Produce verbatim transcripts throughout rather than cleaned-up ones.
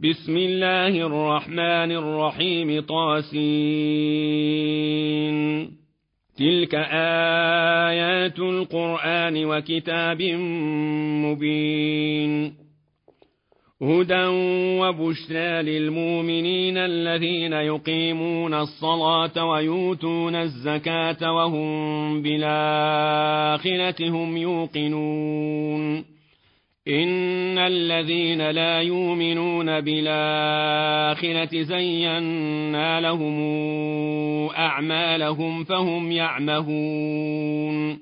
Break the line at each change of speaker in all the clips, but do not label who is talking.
بسم الله الرحمن الرحيم طاسين تلك آيات القرآن وكتاب مبين هدى وبشرى للمؤمنين الذين يقيمون الصلاة ويؤتون الزكاة وهم بالآخرة هم يوقنون إن الذين لا يؤمنون بالآخرة زينا لهم أعمالهم فهم يعمهون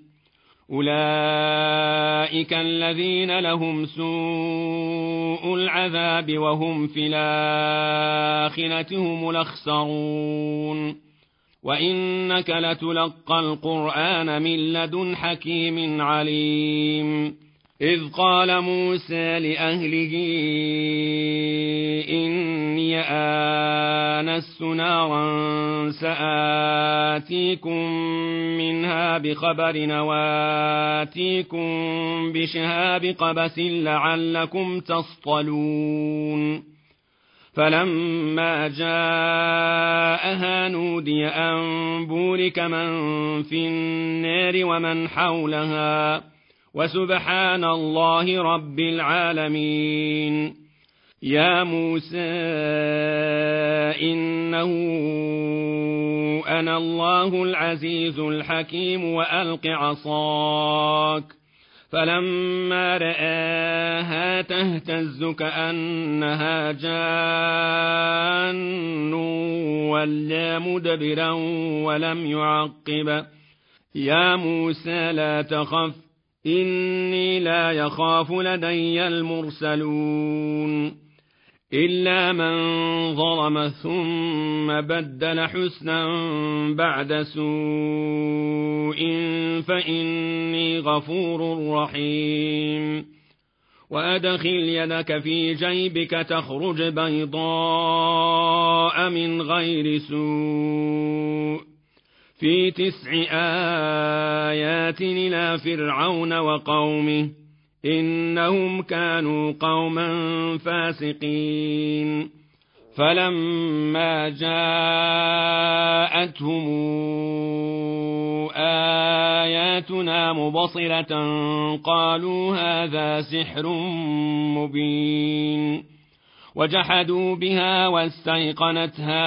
أولئك الذين لهم سوء العذاب وهم في الآخرة هم الأخسرون وإنك لتلقى القرآن من لدن حكيم عليم إذ قال موسى لأهله إني آنست نارا سآتيكم منها بخبر وآتيكم بشهاب قبس لعلكم تصطلون فلما جاءها نودي أن بورك من في النار ومن حولها وسبحان الله رب العالمين يا موسى إنه أنا الله العزيز الحكيم وألق عصاك فلما رآها تهتز كأنها جان ولا مدبرا ولم يعقب يا موسى لا تخف إني لا يخاف لدي المرسلون إلا من ظلم ثم بدل حسنا بعد سوء فإني غفور رحيم وأدخل يدك في جيبك تخرج بيضاء من غير سوء في تسع آيات إلى فرعون وقومه إنهم كانوا قوما فاسقين فلما جاءتهم آياتنا مبصرة قالوا هذا سحر مبين وجحدوا بها واستيقنتها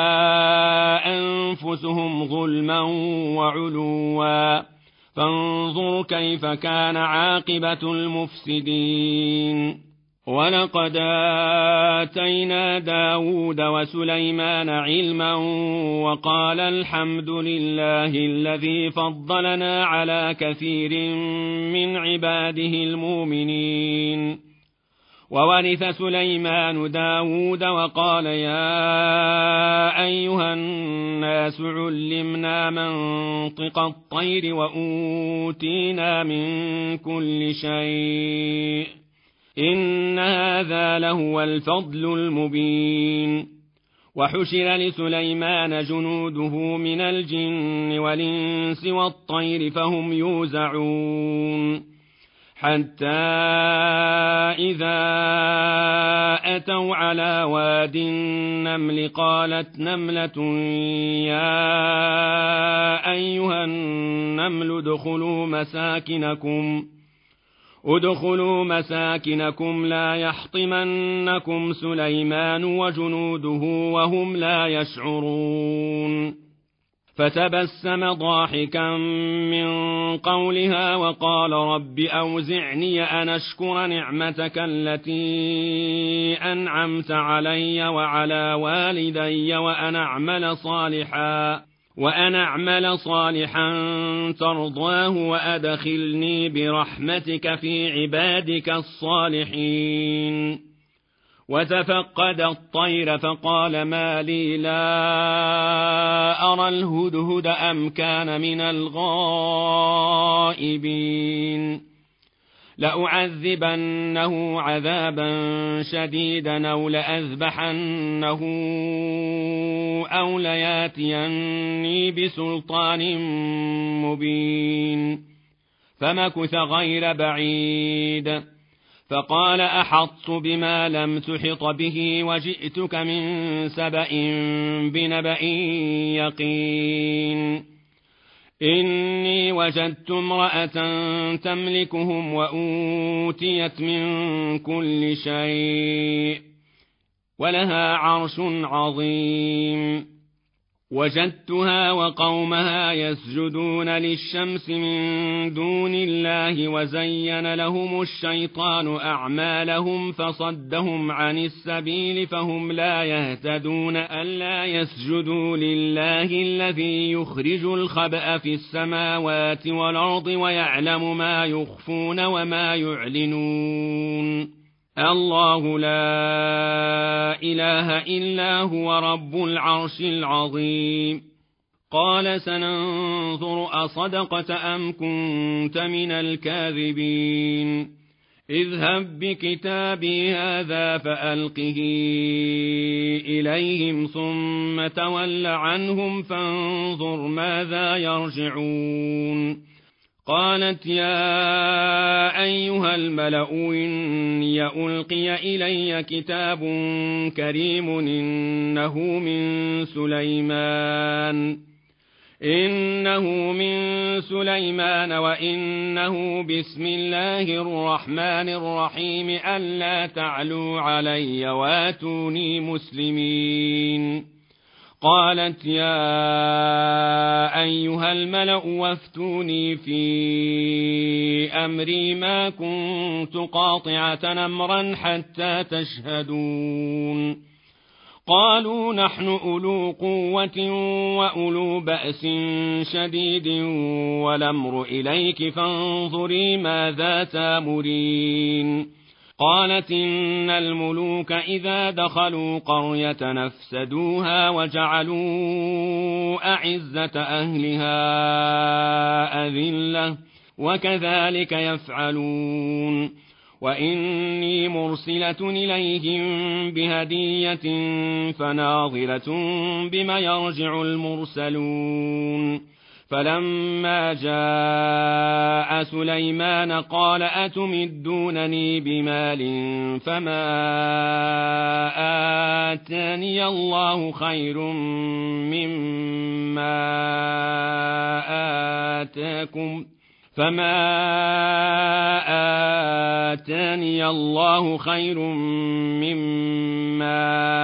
أنفسهم ظلما وعلوا فانظر كيف كان عاقبة المفسدين ولقد آتينا داود وسليمان علما وقال الحمد لله الذي فضلنا على كثير من عباده المؤمنين وورث سليمان داود وقال يا أيها الناس علمنا منطق الطير وأوتينا من كل شيء إن هذا لهو الفضل المبين وحشر لسليمان جنوده من الجن والإنس والطير فهم يوزعون حتى إذا أتوا على واد النمل قالت نملة يا أيها النمل ادخلوا مساكنكم ادخلوا مساكنكم لا يحطمنكم سليمان وجنوده وهم لا يشعرون فتبسم ضاحكا من قولها وقال رب أوزعني أن أشكر نعمتك التي أنعمت علي وعلى والدي وأن أعمل صالحا وأن أعمل صالحا ترضاه وأدخلني برحمتك في عبادك الصالحين وتفقد الطير فقال ما لي لا أرى الهدهد أم كان من الغائبين لأعذبنه عذابا شديدا أو لأذبحنه أو لياتيني بسلطان مبين فمكث غير بعيد فقال أحطت بما لم تحط به وجئتك من سبأ بنبأ يقين إني وجدت امرأة تملكهم وأوتيت من كل شيء ولها عرش عظيم وجدتها وقومها يسجدون للشمس من دون الله وزين لهم الشيطان أعمالهم فصدهم عن السبيل فهم لا يهتدون ألا يسجدوا لله الذي يخرج الخبأ في السماوات والأرض ويعلم ما يخفون وما يعلنون الله لا إله إلا هو رب العرش العظيم قال سننظر أصدقت أم كنت من الكاذبين اذهب بكتابي هذا فألقه إليهم ثم تول عنهم فانظر ماذا يرجعون قالت يا أيها الملأ إني ألقي إلي كتاب كريم إنه من سليمان إنه من سليمان وإنه بسم الله الرحمن الرحيم ألا تعلوا علي واتوني مسلمين قالت يا أيها الملأ وافتوني في أمري ما كنت قاطعة أمرا حتى تشهدون قالوا نحن أولو قوة وأولو بأس شديد والأمر إليك فانظري ماذا تامرين قالت إن الملوك إذا دخلوا قرية نفسدوها وجعلوا أعزة أهلها أذلة وكذلك يفعلون وإني مرسلة إليهم بهدية فناظرة بما يرجع المرسلون فلما جاء سليمان قال أتمدونني بمال فما آتاني الله خير مما آتاكم فما آتاني الله خير مما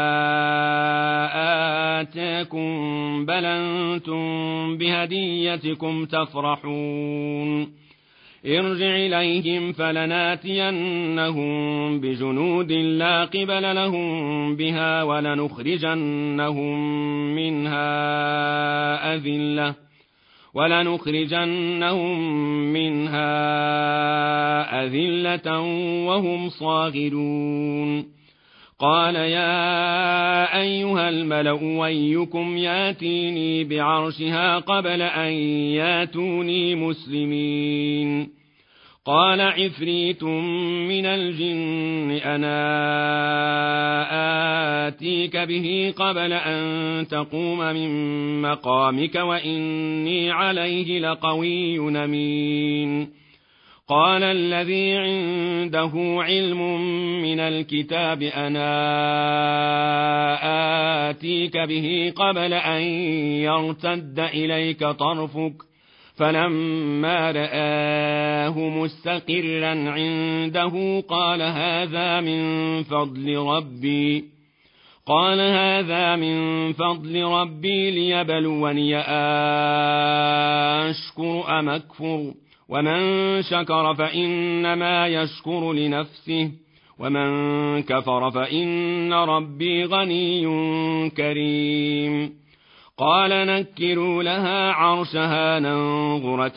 آتاكم بل أنتم بهديتكم تفرحون ارجع إليهم فلناتينهم بجنود لا قبل لهم بها ولنخرجنهم منها أذلة ولنخرجنهم منها أذلة وهم صاغرون قال يا أيها الملأ أيكم ياتيني بعرشها قبل أن ياتوني مسلمين قال عفريت من الجن أنا آتيك به قبل أن تقوم من مقامك وإني عليه لقوي أمين قال الذي عنده علم من الكتاب أنا آتيك به قبل أن يرتد إليك طرفك فلما رآه مستقرا عنده قال هذا من فضل ربي قال هذا من فضل ربي ليبلوني أشكر أم أكفر ومن شكر فإنما يشكر لنفسه ومن كفر فإن ربي غني كريم قال نكروا لها عرشها ننظر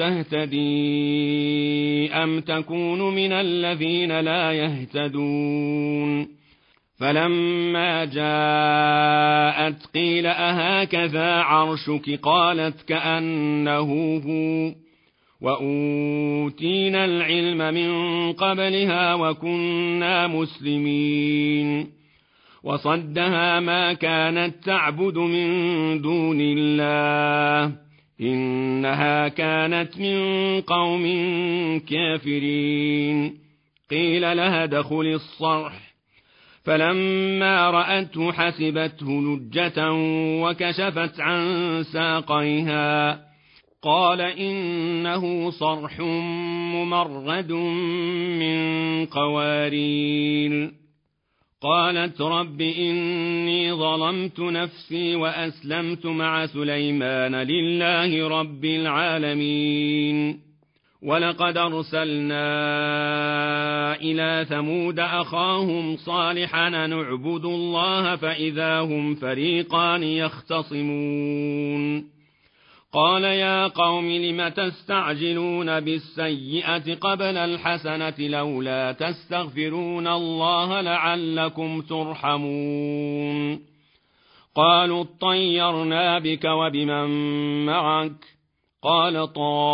تهتدي أم تكون من الذين لا يهتدون فلما جاءت قيل أهكذا عرشك قالت كأنه هو وأوتينا العلم من قبلها وكنا مسلمين وصدها ما كانت تعبد من دون الله إنها كانت من قوم كافرين قيل لها ادخل الصرح، فلما رأته حسبته لجة وكشفت عن ساقيها، قال إنه صرح ممرد من قوارير. قالت رب إني ظلمت نفسي وأسلمت مع سليمان لله رب العالمين. ولقد أرسلنا إلى ثمود أخاهم صالحا نعبد الله فإذا هم فريقان يختصمون. قال يا قوم لم تستعجلون بالسيئة قبل الحسنة لولا تستغفرون الله لعلكم ترحمون. قالوا اطيرنا بك وبمن معك، قال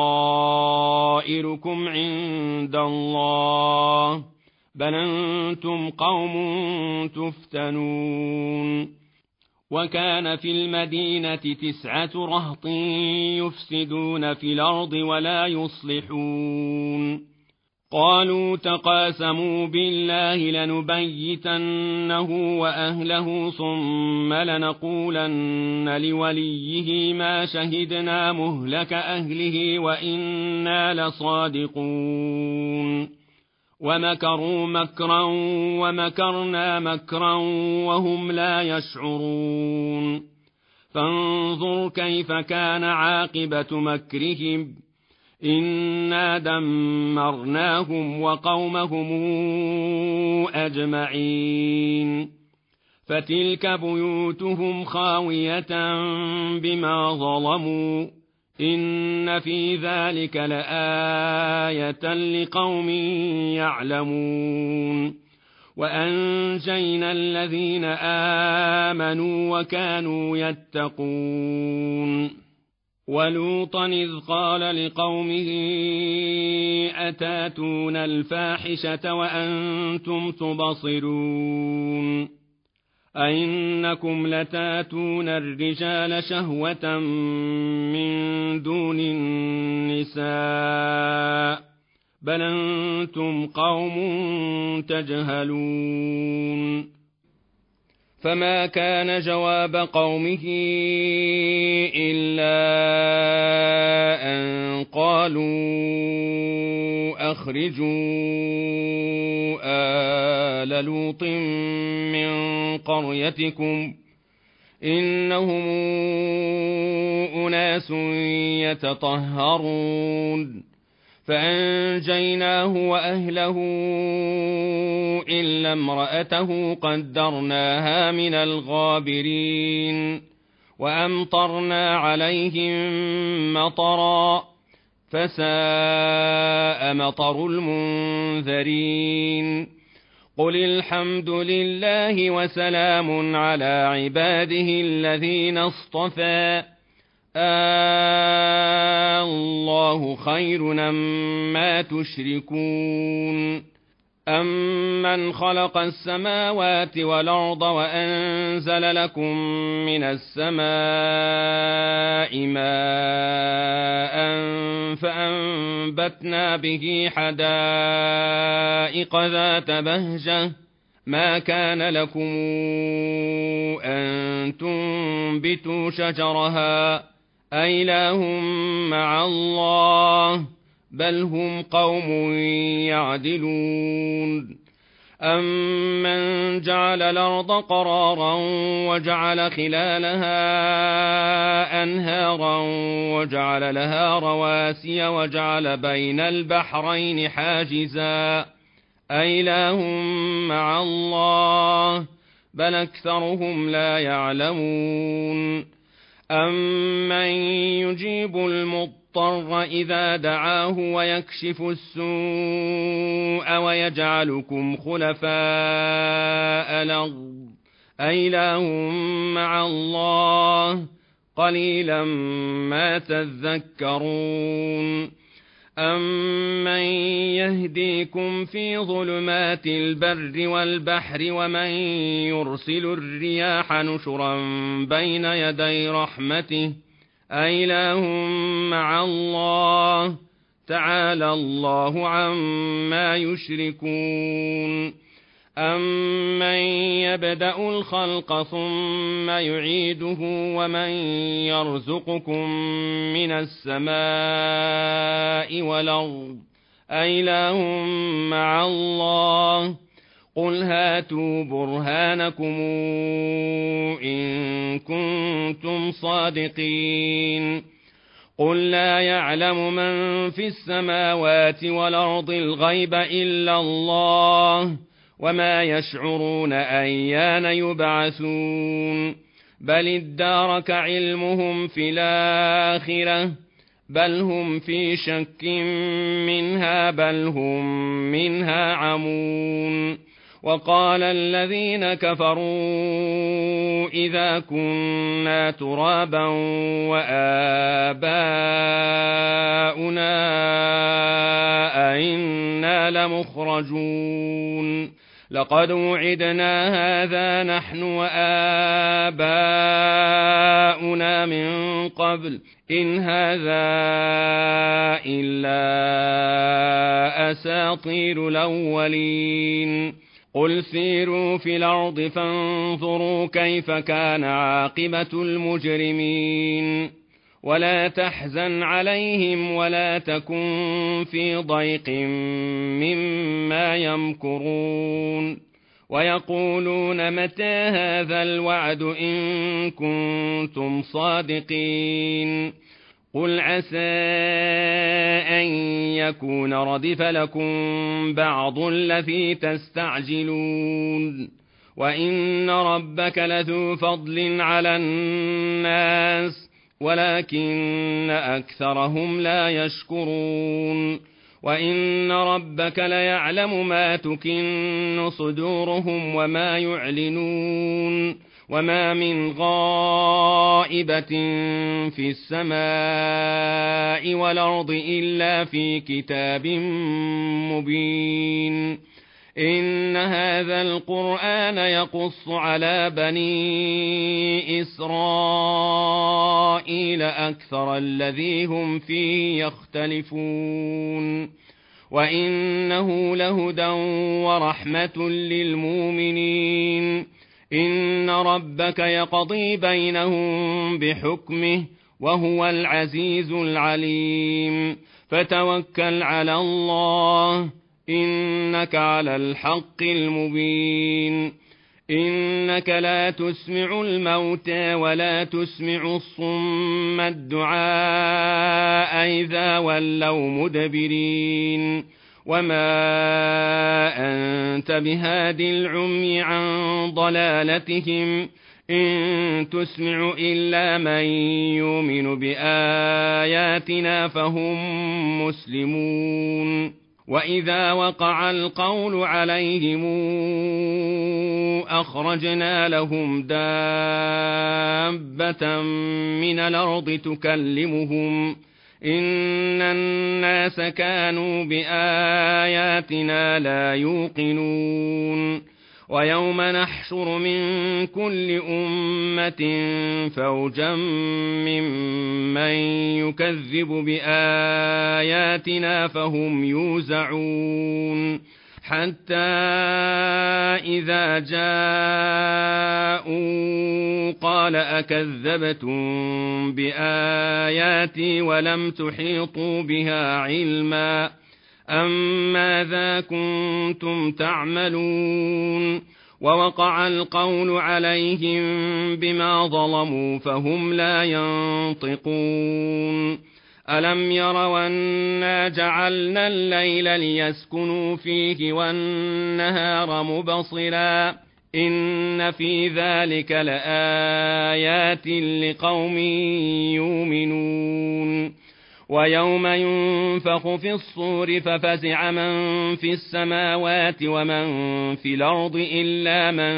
طائركم عند الله بل أنتم قوم تفتنون. وكان في المدينة تسعة رهط يفسدون في الأرض ولا يصلحون. قالوا تقاسموا بالله لنبيتنه وأهله ثم لنقولن لوليه ما شهدنا مهلك أهله وإنا لصادقون. ومكروا مكرا ومكرنا مكرا وهم لا يشعرون. فانظر كيف كان عاقبة مكرهم، إنا دمرناهم وقومهم أجمعين. فتلك بيوتهم خاوية بما ظلموا، إن في ذلك لآية لقوم يعلمون. وأنجينا الذين آمنوا وكانوا يتقون. ولوطا إذ قال لقومه أتاتون الفاحشة وأنتم تبصرون أئنكم لتاتون الرجال شهوة من دون النساء بل أنتم قوم تجهلون. فما كان جواب قومه إلا أن قالوا أخرجوا آل لوط من قريتكم إنهم أناس يتطهرون. فأنجيناه وأهله إلا امرأته قدرناها من الغابرين. وأمطرنا عليهم مطرا فساء مطر المنذرين. قل الحمد لله وسلام على عباده الذين اصطفى الله خير أمّا تشركون. أَمَّنْ خَلَقَ السَّمَاوَاتِ وَالْأَرْضَ وَأَنزَلَ لَكُم مِّنَ السَّمَاءِ مَاءً فَأَنبَتْنَا بِهِ حَدَائِقَ ذَاتَ بَهْجَةٍ مَا كَانَ لَكُمْ أَن تُنبِتُوا شَجَرَهَا أَإِلَٰهٌ مَّعَ اللَّهِ بل هم قوم يعدلون. أمن جعل الأرض قرارا وجعل خلالها أنهارا وجعل لها رواسي وجعل بين البحرين حاجزا أإله مع الله بل أكثرهم لا يعلمون. أمن يجيب المضطر اضطر إذا دعاه ويكشف السوء ويجعلكم خلفاء الأرض أإله مع الله قليلا ما تذكرون. أمن يهديكم في ظلمات البر والبحر ومن يرسل الرياح نشرا بين يدي رحمته أإله مع الله تعالى الله عما يشركون أمن يبدأ الخلق ثم يعيده ومن يرزقكم من السماء والأرض أإله مع الله قل هاتوا برهانكم إن كنتم صادقين قل لا يعلم من في السماوات والأرض الغيب إلا الله وما يشعرون أيان يبعثون بل ادارك علمهم في الآخرة بل هم في شك منها بل هم منها عمون وقال الذين كفروا إذا كنا ترابا وآباؤنا أئنا لمخرجون لقد وعدنا هذا نحن وآباؤنا من قبل إن هذا إلا أساطير الأولين قل سيروا في الأرض فانظروا كيف كان عاقبة المجرمين ولا تحزن عليهم ولا تكن في ضيق مما يمكرون ويقولون متى هذا الوعد إن كنتم صادقين قل عسى أن يكون ردف لكم بعض الذي تستعجلون وإن ربك لذو فضل على الناس ولكن أكثرهم لا يشكرون وإن ربك ليعلم ما تكن صدورهم وما يعلنون وما من غائبة في السماء والأرض إلا في كتاب مبين إن هذا القرآن يقص على بني إسرائيل أكثر الذي هم فيه يختلفون وإنه لهدى ورحمة للمؤمنين إن ربك يقضي بينهم بحكمه وهو العزيز العليم فتوكل على الله إنك على الحق المبين إنك لا تسمع الموتى ولا تسمع الصم الدعاء إذا ولوا مدبرين وما أنت بهاد العمي عن ضلالتهم إن تسمع إلا من يؤمن بآياتنا فهم مسلمون وإذا وقع القول عليهم أخرجنا لهم دابة من الأرض تكلمهم إن الناس كانوا بآياتنا لا يوقنون ويوم نحشر من كل أمة فوجا ممن يكذب بآياتنا فهم يوزعون حتى إذا جاءوا قال أكذبتم بآياتي ولم تحيطوا بها علما أم ماذا كنتم تعملون ووقع القول عليهم بما ظلموا فهم لا ينطقون ألم يروا أنا جعلنا الليل ليسكنوا فيه والنهار مبصرا إن في ذلك لآيات لقوم يؤمنون ويوم ينفخ في الصور ففزع من في السماوات ومن في الأرض إلا من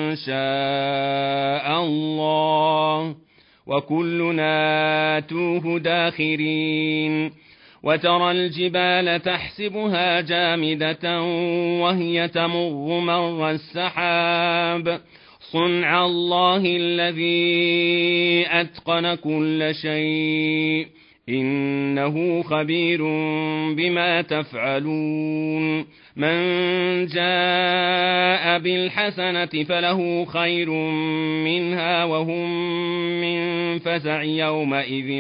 شاء الله وكلنا آتوه داخرين وترى الجبال تحسبها جامدة وهي تمر مر السحاب صنع الله الذي أتقن كل شيء إنه خبير بما تفعلون من جاء بالحسنة فله خير منها وهم من فزع يومئذ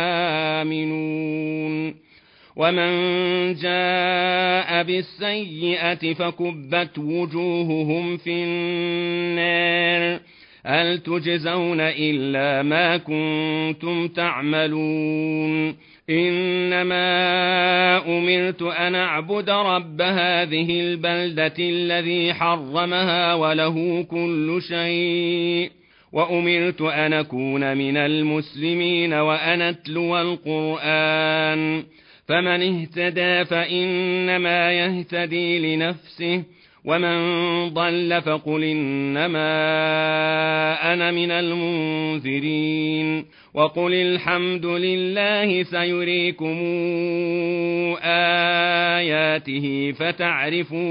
آمنون ومن جاء بالسيئة فكبت وجوههم في النار هل تجزون إلا ما كنتم تعملون إنما أمرت أن أعبد رب هذه البلدة الذي حرمها وله كل شيء وأمرت أن أكون من المسلمين وأن أتلو القرآن فمن اهتدى فإنما يهتدي لنفسه ومن ضل فقل إنما أنا من المنذرين وقل الحمد لله سيريكم آياته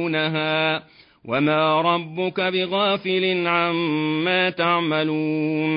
فتعرفونها وما ربك بغافل عما تعملون